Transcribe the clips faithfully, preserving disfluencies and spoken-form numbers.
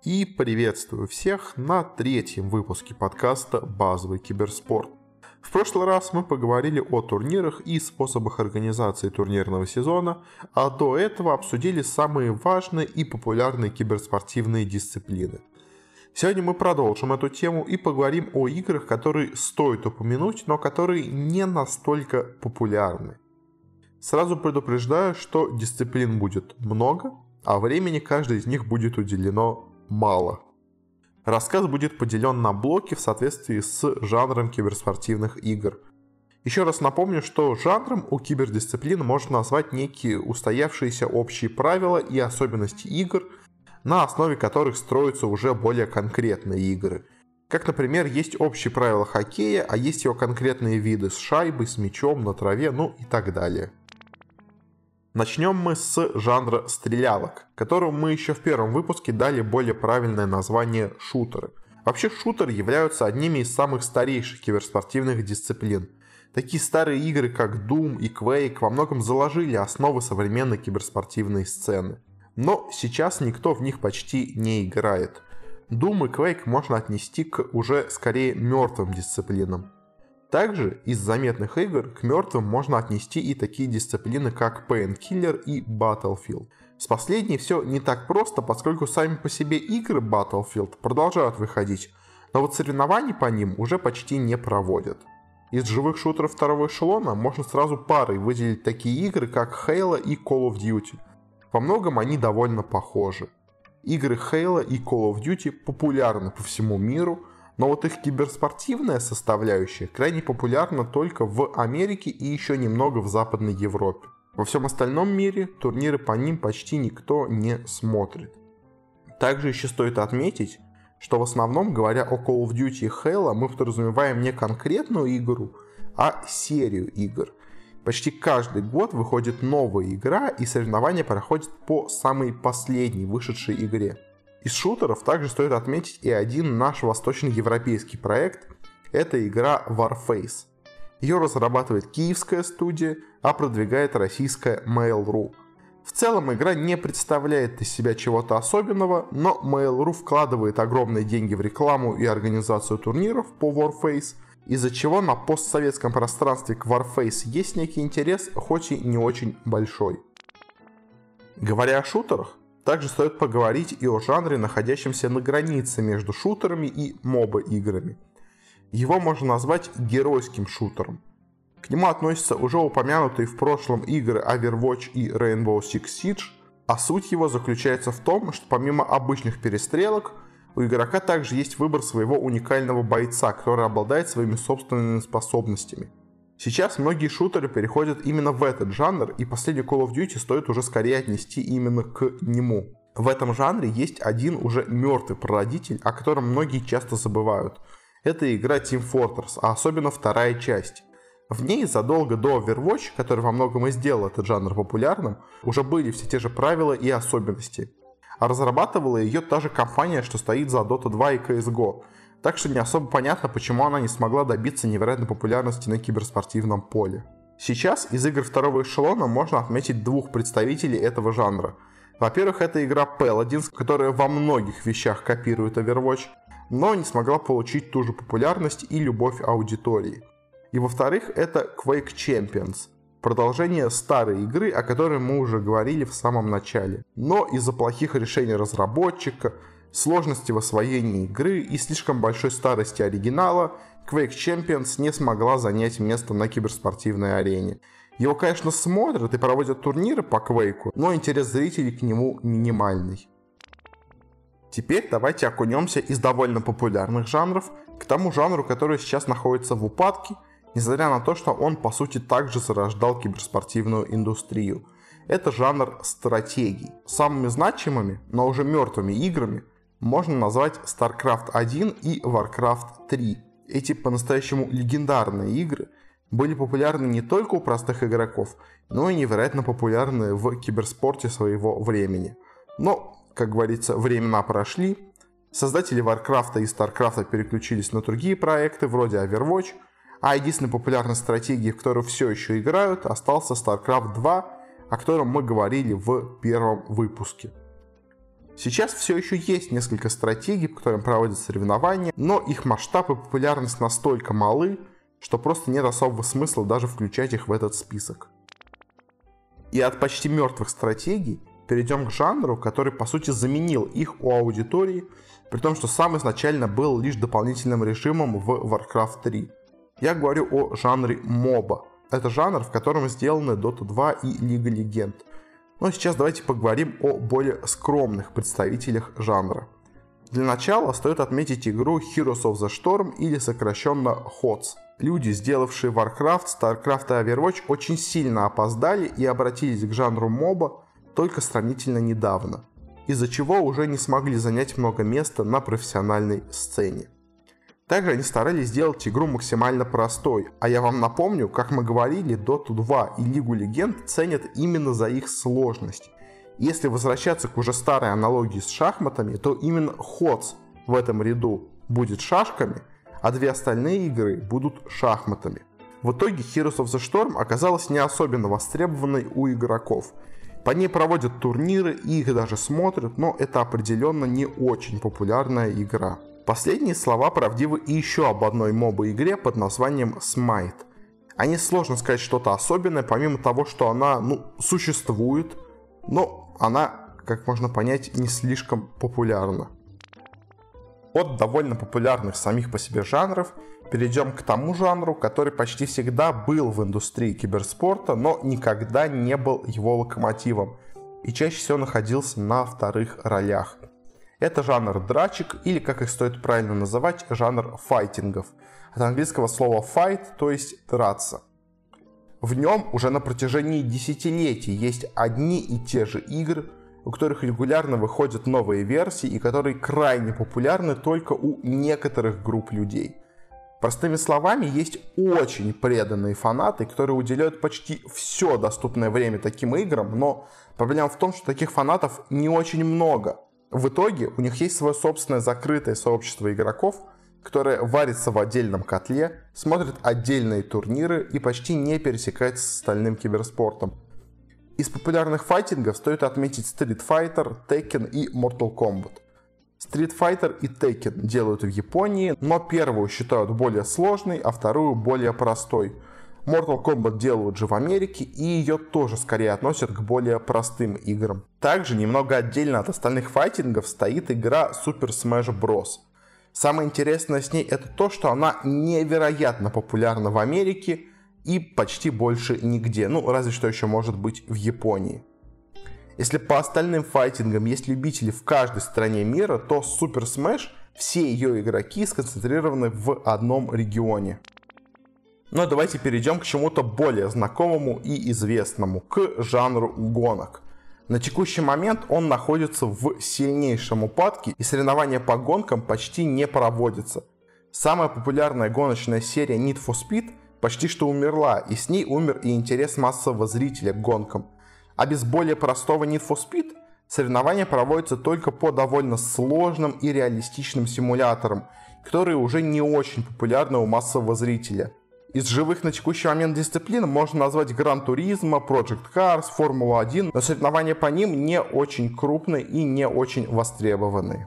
И приветствую всех на третьем выпуске подкаста «Базовый киберспорт». В прошлый раз мы поговорили о турнирах и способах организации турнирного сезона, а до этого обсудили самые важные и популярные киберспортивные дисциплины. Сегодня мы продолжим эту тему и поговорим о играх, которые стоит упомянуть, но которые не настолько популярны. Сразу предупреждаю, что дисциплин будет много, а времени каждой из них будет уделено мало. Рассказ будет поделен на блоки в соответствии с жанром киберспортивных игр. Еще раз напомню, что жанром у кибердисциплин можно назвать некие устоявшиеся общие правила и особенности игр, на основе которых строятся уже более конкретные игры. Как, например, есть общие правила хоккея, а есть его конкретные виды с шайбой, с мячом, на траве, ну и так далее. Начнем мы с жанра стрелялок, которому мы еще в первом выпуске дали более правильное название шутеры. Вообще шутеры являются одними из самых старейших киберспортивных дисциплин. Такие старые игры, как Doom и Quake, во многом заложили основы современной киберспортивной сцены. Но сейчас никто в них почти не играет. Doom и Quake можно отнести к уже скорее мертвым дисциплинам. Также из заметных игр к мертвым можно отнести и такие дисциплины, как Painkiller и Battlefield. С последней все не так просто, поскольку сами по себе игры Battlefield продолжают выходить, но вот соревнований по ним уже почти не проводят. Из живых шутеров второго эшелона можно сразу парой выделить такие игры, как Halo и Call of Duty. Во многом они довольно похожи. Игры Halo и Call of Duty популярны по всему миру, но вот их киберспортивная составляющая крайне популярна только в Америке и еще немного в Западной Европе. Во всем остальном мире турниры по ним почти никто не смотрит. Также еще стоит отметить, что в основном, говоря о Call of Duty и Halo, мы подразумеваем не конкретную игру, а серию игр. Почти каждый год выходит новая игра, и соревнования проходят по самой последней вышедшей игре. Из шутеров также стоит отметить и один наш восточноевропейский проект – это игра Warface. Ее разрабатывает киевская студия, а продвигает российская Mail.ru. В целом игра не представляет из себя чего-то особенного, но Mail.ru вкладывает огромные деньги в рекламу и организацию турниров по Warface, из-за чего на постсоветском пространстве к Warface есть некий интерес, хоть и не очень большой. Говоря о шутерах, также стоит поговорить и о жанре, находящемся на границе между шутерами и моба-играми. Его можно назвать геройским шутером. К нему относятся уже упомянутые в прошлом игры Overwatch и Rainbow Six Siege, а суть его заключается в том, что помимо обычных перестрелок, у игрока также есть выбор своего уникального бойца, который обладает своими собственными способностями. Сейчас многие шутеры переходят именно в этот жанр, и последний Call of Duty стоит уже скорее отнести именно к нему. В этом жанре есть один уже мертвый прародитель, о котором многие часто забывают. Это игра Team Fortress, а особенно вторая часть. В ней задолго до Overwatch, который во многом и сделал этот жанр популярным, уже были все те же правила и особенности. А разрабатывала ее та же компания, что стоит за Dota два и си эс го. Так что не особо понятно, почему она не смогла добиться невероятной популярности на киберспортивном поле. Сейчас из игр второго эшелона можно отметить двух представителей этого жанра. Во-первых, это игра Paladins, которая во многих вещах копирует Overwatch, но не смогла получить ту же популярность и любовь аудитории. И во-вторых, это Quake Champions, продолжение старой игры, о которой мы уже говорили в самом начале. Но из-за плохих решений разработчика, сложности в освоении игры и слишком большой старости оригинала, Quake Champions не смогла занять место на киберспортивной арене. Его, конечно, смотрят и проводят турниры по Quake, но интерес зрителей к нему минимальный. Теперь давайте окунемся из довольно популярных жанров к тому жанру, который сейчас находится в упадке, несмотря на то, что он по сути также зарождал киберспортивную индустрию. Это жанр стратегий. Самыми значимыми, но уже мертвыми играми можно назвать StarCraft один и Warcraft три. Эти по-настоящему легендарные игры были популярны не только у простых игроков, но и невероятно популярны в киберспорте своего времени. Но, как говорится, времена прошли, создатели Warcraft и StarCraft переключились на другие проекты, вроде Overwatch, а единственной популярной стратегией, в которую все еще играют, остался StarCraft два, о котором мы говорили в первом выпуске. Сейчас все еще есть несколько стратегий, по которым проводят соревнования, но их масштаб и популярность настолько малы, что просто нет особого смысла даже включать их в этот список. И от почти мертвых стратегий перейдем к жанру, который по сути заменил их у аудитории, при том, что сам изначально был лишь дополнительным режимом в Warcraft три. Я говорю о жанре моба. Это жанр, в котором сделаны Дота два и Лига Легенд. Но сейчас давайте поговорим о более скромных представителях жанра. Для начала стоит отметить игру Heroes of the Storm или сокращенно хоц. Люди, сделавшие Warcraft, StarCraft и Overwatch, очень сильно опоздали и обратились к жанру моба только сравнительно недавно, из-за чего уже не смогли занять много места на профессиональной сцене. Также они старались сделать игру максимально простой, а я вам напомню, как мы говорили, Доту два и Лигу Легенд ценят именно за их сложность. Если возвращаться к уже старой аналогии с шахматами, то именно хоц в этом ряду будет шашками, а две остальные игры будут шахматами. В итоге Heroes of the Storm оказалась не особенно востребованной у игроков. По ней проводят турниры и их даже смотрят, но это определенно не очень популярная игра. Последние слова правдивы и еще об одной моба-игре под названием Smite. О ней сложно сказать что-то особенное, помимо того, что она, ну, существует, но она, как можно понять, не слишком популярна. От довольно популярных самих по себе жанров перейдем к тому жанру, который почти всегда был в индустрии киберспорта, но никогда не был его локомотивом и чаще всего находился на вторых ролях. Это жанр драчек, или, как их стоит правильно называть, жанр файтингов. От английского слова fight, то есть драться. В нем уже на протяжении десятилетий есть одни и те же игры, у которых регулярно выходят новые версии и которые крайне популярны только у некоторых групп людей. Простыми словами, есть очень преданные фанаты, которые уделяют почти все доступное время таким играм, но проблема в том, что таких фанатов не очень много. В итоге у них есть свое собственное закрытое сообщество игроков, которое варится в отдельном котле, смотрит отдельные турниры и почти не пересекается с остальным киберспортом. Из популярных файтингов стоит отметить Street Fighter, Tekken и Mortal Kombat. Street Fighter и Tekken делают в Японии, но первую считают более сложной, а вторую более простой. Mortal Kombat делают же в Америке, и ее тоже скорее относят к более простым играм. Также немного отдельно от остальных файтингов стоит игра Super Smash Bros. Самое интересное с ней это то, что она невероятно популярна в Америке и почти больше нигде, ну разве что еще может быть в Японии. Если по остальным файтингам есть любители в каждой стране мира, то Super Smash все ее игроки сконцентрированы в одном регионе. Но давайте перейдем к чему-то более знакомому и известному, к жанру гонок. На текущий момент он находится в сильнейшем упадке, и соревнования по гонкам почти не проводятся. Самая популярная гоночная серия Need for Speed почти что умерла, и с ней умер и интерес массового зрителя к гонкам. А без более простого Need for Speed соревнования проводятся только по довольно сложным и реалистичным симуляторам, которые уже не очень популярны у массового зрителя. Из живых на текущий момент дисциплин можно назвать Gran Turismo, Project Cars, Формула один, но соревнования по ним не очень крупные и не очень востребованные.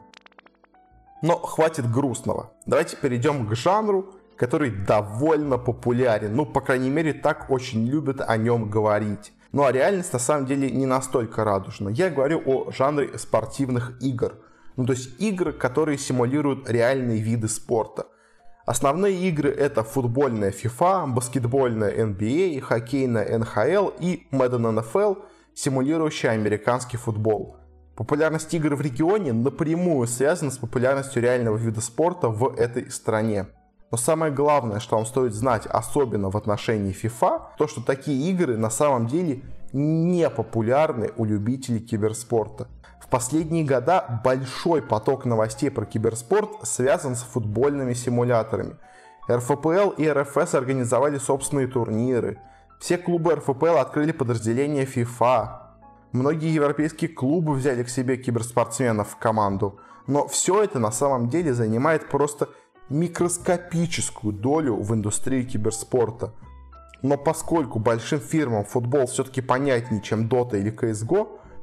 Но хватит грустного. Давайте перейдем к жанру, который довольно популярен, ну, по крайней мере, так очень любят о нем говорить. Ну, а реальность на самом деле не настолько радужна. Я говорю о жанре спортивных игр. Ну, то есть игры, которые симулируют реальные виды спорта. Основные игры это футбольная FIFA, баскетбольная эн би эй, хоккейная эн эйч эл и Madden эн эф эл, симулирующая американский футбол. Популярность игр в регионе напрямую связана с популярностью реального вида спорта в этой стране. Но самое главное, что вам стоит знать, особенно в отношении FIFA, то что такие игры на самом деле не популярны у любителей киберспорта. В последние года большой поток новостей про киберспорт связан с футбольными симуляторами. эр эф пэ эл и эр эф эс организовали собственные турниры. Все клубы эр эф пэ эл открыли подразделения FIFA. Многие европейские клубы взяли к себе киберспортсменов в команду. Но все это на самом деле занимает просто микроскопическую долю в индустрии киберспорта. Но поскольку большим фирмам футбол все-таки понятнее, чем Dota или си эс го,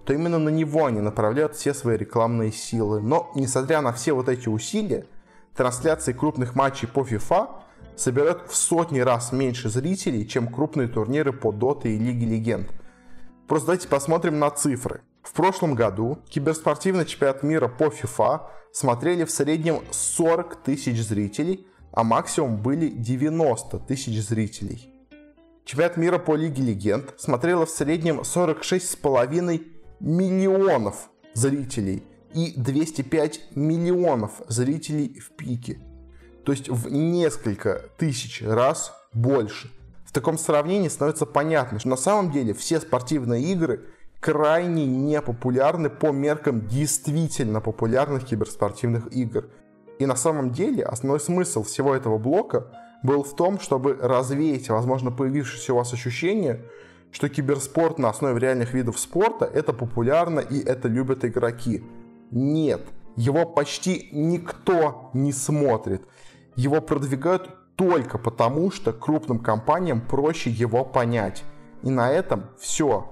то именно на него они направляют все свои рекламные силы. Но, несмотря на все вот эти усилия, трансляции крупных матчей по FIFA собирают в сотни раз меньше зрителей, чем крупные турниры по Dota и Лиге Легенд. Просто давайте посмотрим на цифры. В прошлом году киберспортивный чемпионат мира по FIFA смотрели в среднем сорок тысяч зрителей, а максимум были девяносто тысяч зрителей. Чемпионат мира по Лиге Легенд смотрело в среднем сорок шесть с половиной миллионов зрителей и двести пять миллионов зрителей в пике. То есть в несколько тысяч раз больше. В таком сравнении становится понятно, что на самом деле все спортивные игры крайне непопулярны по меркам действительно популярных киберспортивных игр. И на самом деле основной смысл всего этого блока был в том, чтобы развеять, возможно, появившееся у вас ощущение, что киберспорт на основе реальных видов спорта — это популярно и это любят игроки. Нет, его почти никто не смотрит. Его продвигают только потому, что крупным компаниям проще его понять. И на этом все.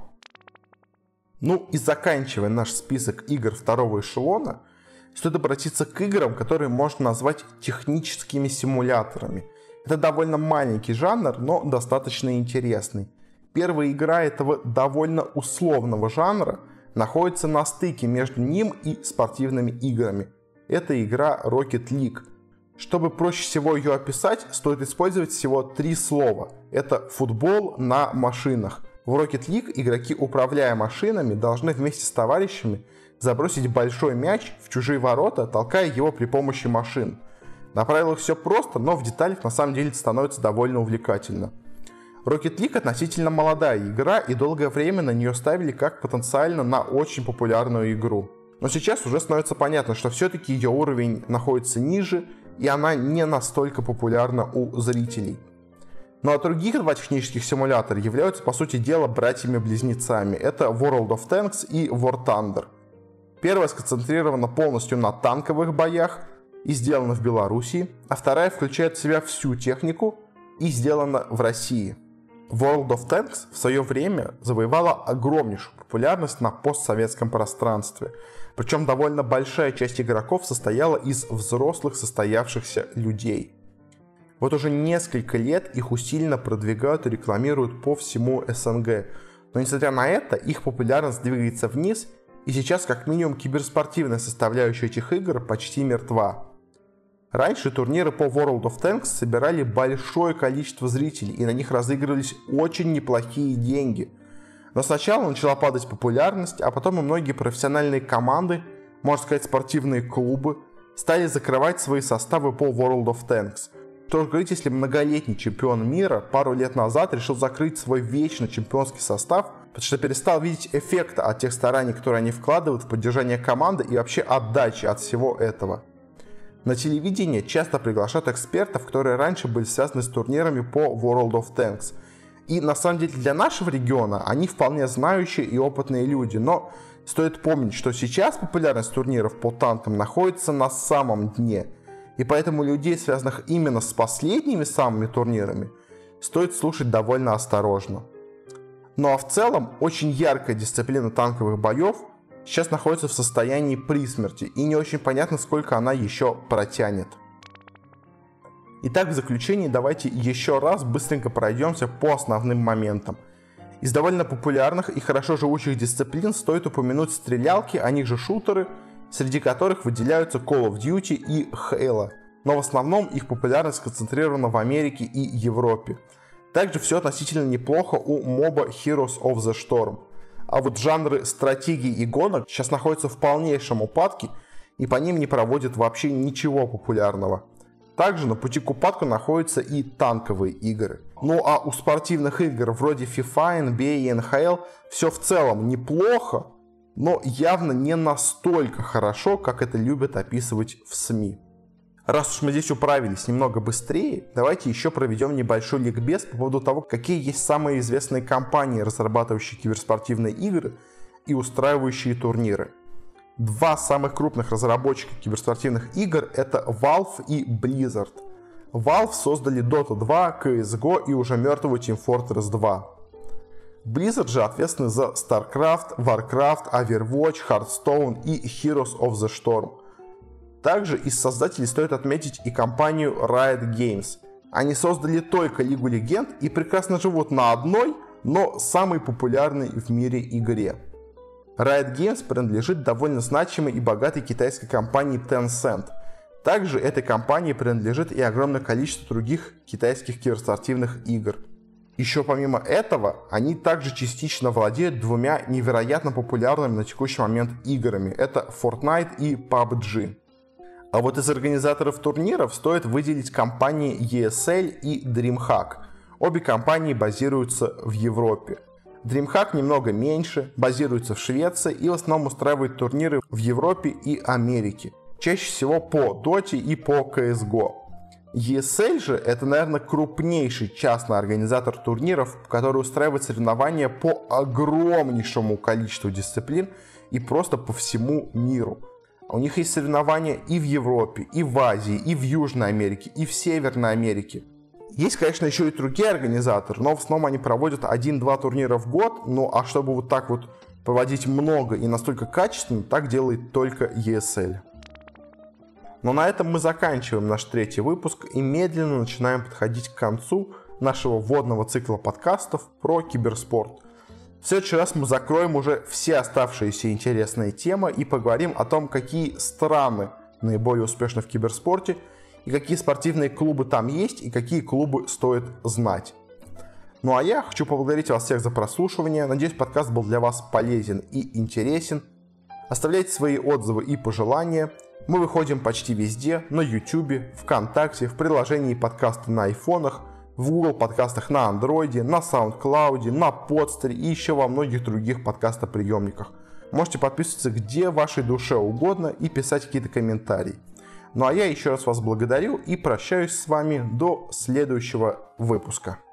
Ну и заканчивая наш список игр второго эшелона, стоит обратиться к играм, которые можно назвать техническими симуляторами. Это довольно маленький жанр, но достаточно интересный. Первая игра этого довольно условного жанра находится на стыке между ним и спортивными играми. Это игра Rocket League. Чтобы проще всего ее описать, стоит использовать всего три слова. Это футбол на машинах. В Rocket League игроки, управляя машинами, должны вместе с товарищами забросить большой мяч в чужие ворота, толкая его при помощи машин. На правилах все просто, но в деталях на самом деле становится довольно увлекательно. Rocket League относительно молодая игра, и долгое время на нее ставили как потенциально на очень популярную игру. Но сейчас уже становится понятно, что все-таки ее уровень находится ниже, и она не настолько популярна у зрителей. Ну а других два технических симулятора являются, по сути дела, братьями-близнецами. Это World of Tanks и War Thunder. Первая сконцентрирована полностью на танковых боях и сделана в Беларуси, а вторая включает в себя всю технику и сделана в России. World of Tanks в свое время завоевала огромнейшую популярность на постсоветском пространстве. Причем довольно большая часть игроков состояла из взрослых состоявшихся людей. Вот уже несколько лет их усиленно продвигают и рекламируют по всему СНГ. Но несмотря на это, их популярность двигается вниз, и сейчас как минимум киберспортивная составляющая этих игр почти мертва. Раньше турниры по World of Tanks собирали большое количество зрителей, и на них разыгрывались очень неплохие деньги. Но сначала начала падать популярность, а потом и многие профессиональные команды, можно сказать спортивные клубы, стали закрывать свои составы по World of Tanks. Что же говорить, если многолетний чемпион мира пару лет назад решил закрыть свой вечно чемпионский состав, потому что перестал видеть эффекта от тех стараний, которые они вкладывают в поддержание команды и вообще отдачи от всего этого. На телевидении часто приглашают экспертов, которые раньше были связаны с турнирами по World of Tanks. И на самом деле для нашего региона они вполне знающие и опытные люди, но стоит помнить, что сейчас популярность турниров по танкам находится на самом дне. И поэтому людей, связанных именно с последними самыми турнирами, стоит слушать довольно осторожно. Ну а в целом, очень яркая дисциплина танковых боев сейчас находится в состоянии присмерти, и не очень понятно, сколько она еще протянет. Итак, в заключение давайте еще раз быстренько пройдемся по основным моментам. Из довольно популярных и хорошо живущих дисциплин стоит упомянуть стрелялки, а них же шутеры, среди которых выделяются Call of Duty и Halo, но в основном их популярность сконцентрирована в Америке и Европе. Также все относительно неплохо у моба Heroes of the Storm. А вот жанры стратегий и гонок сейчас находятся в полнейшем упадке, и по ним не проводят вообще ничего популярного. Также на пути к упадку находятся и танковые игры. Ну а у спортивных игр вроде FIFA, эн би эй и эн эйч эл все в целом неплохо, но явно не настолько хорошо, как это любят описывать в СМИ. Раз уж мы здесь управились немного быстрее, давайте еще проведем небольшой ликбез по поводу того, какие есть самые известные компании, разрабатывающие киберспортивные игры и устраивающие турниры. Два самых крупных разработчика киберспортивных игр — это Valve и Blizzard. Valve создали Dota два, си эс го и уже мертвую Team Fortress два. Blizzard же ответственны за StarCraft, Warcraft, Overwatch, Hearthstone и Heroes of the Storm. Также из создателей стоит отметить и компанию Riot Games. Они создали только Лигу Легенд и прекрасно живут на одной, но самой популярной в мире игре. Riot Games принадлежит довольно значимой и богатой китайской компании Tencent. Также этой компании принадлежит и огромное количество других китайских киберспортивных игр. Еще помимо этого, они также частично владеют двумя невероятно популярными на текущий момент играми. Это Fortnite и пабг. А вот из организаторов турниров стоит выделить компании и эс эл и DreamHack. Обе компании базируются в Европе. DreamHack немного меньше, базируется в Швеции и в основном устраивает турниры в Европе и Америке. Чаще всего по Dota и по си эс го. и эс эл же это, наверное, крупнейший частный организатор турниров, который устраивает соревнования по огромнейшему количеству дисциплин и просто по всему миру. У них есть соревнования и в Европе, и в Азии, и в Южной Америке, и в Северной Америке. Есть, конечно, еще и другие организаторы, но в основном они проводят один-два турнира в год. Ну а чтобы вот так вот проводить много и настолько качественно, так делает только и эс эл. Но на этом мы заканчиваем наш третий выпуск и медленно начинаем подходить к концу нашего вводного цикла подкастов про киберспорт. В следующий раз мы закроем уже все оставшиеся интересные темы и поговорим о том, какие страны наиболее успешны в киберспорте, и какие спортивные клубы там есть, и какие клубы стоит знать. Ну а я хочу поблагодарить вас всех за прослушивание. Надеюсь, подкаст был для вас полезен и интересен. Оставляйте свои отзывы и пожелания. Мы выходим почти везде: на YouTube, ВКонтакте, в приложении подкасты на айфонах, в Google подкастах на Андроиде, на SoundCloud, на Podster и еще во многих других подкастоприемниках. Можете подписываться где вашей душе угодно и писать какие-то комментарии. Ну а я еще раз вас благодарю и прощаюсь с вами до следующего выпуска.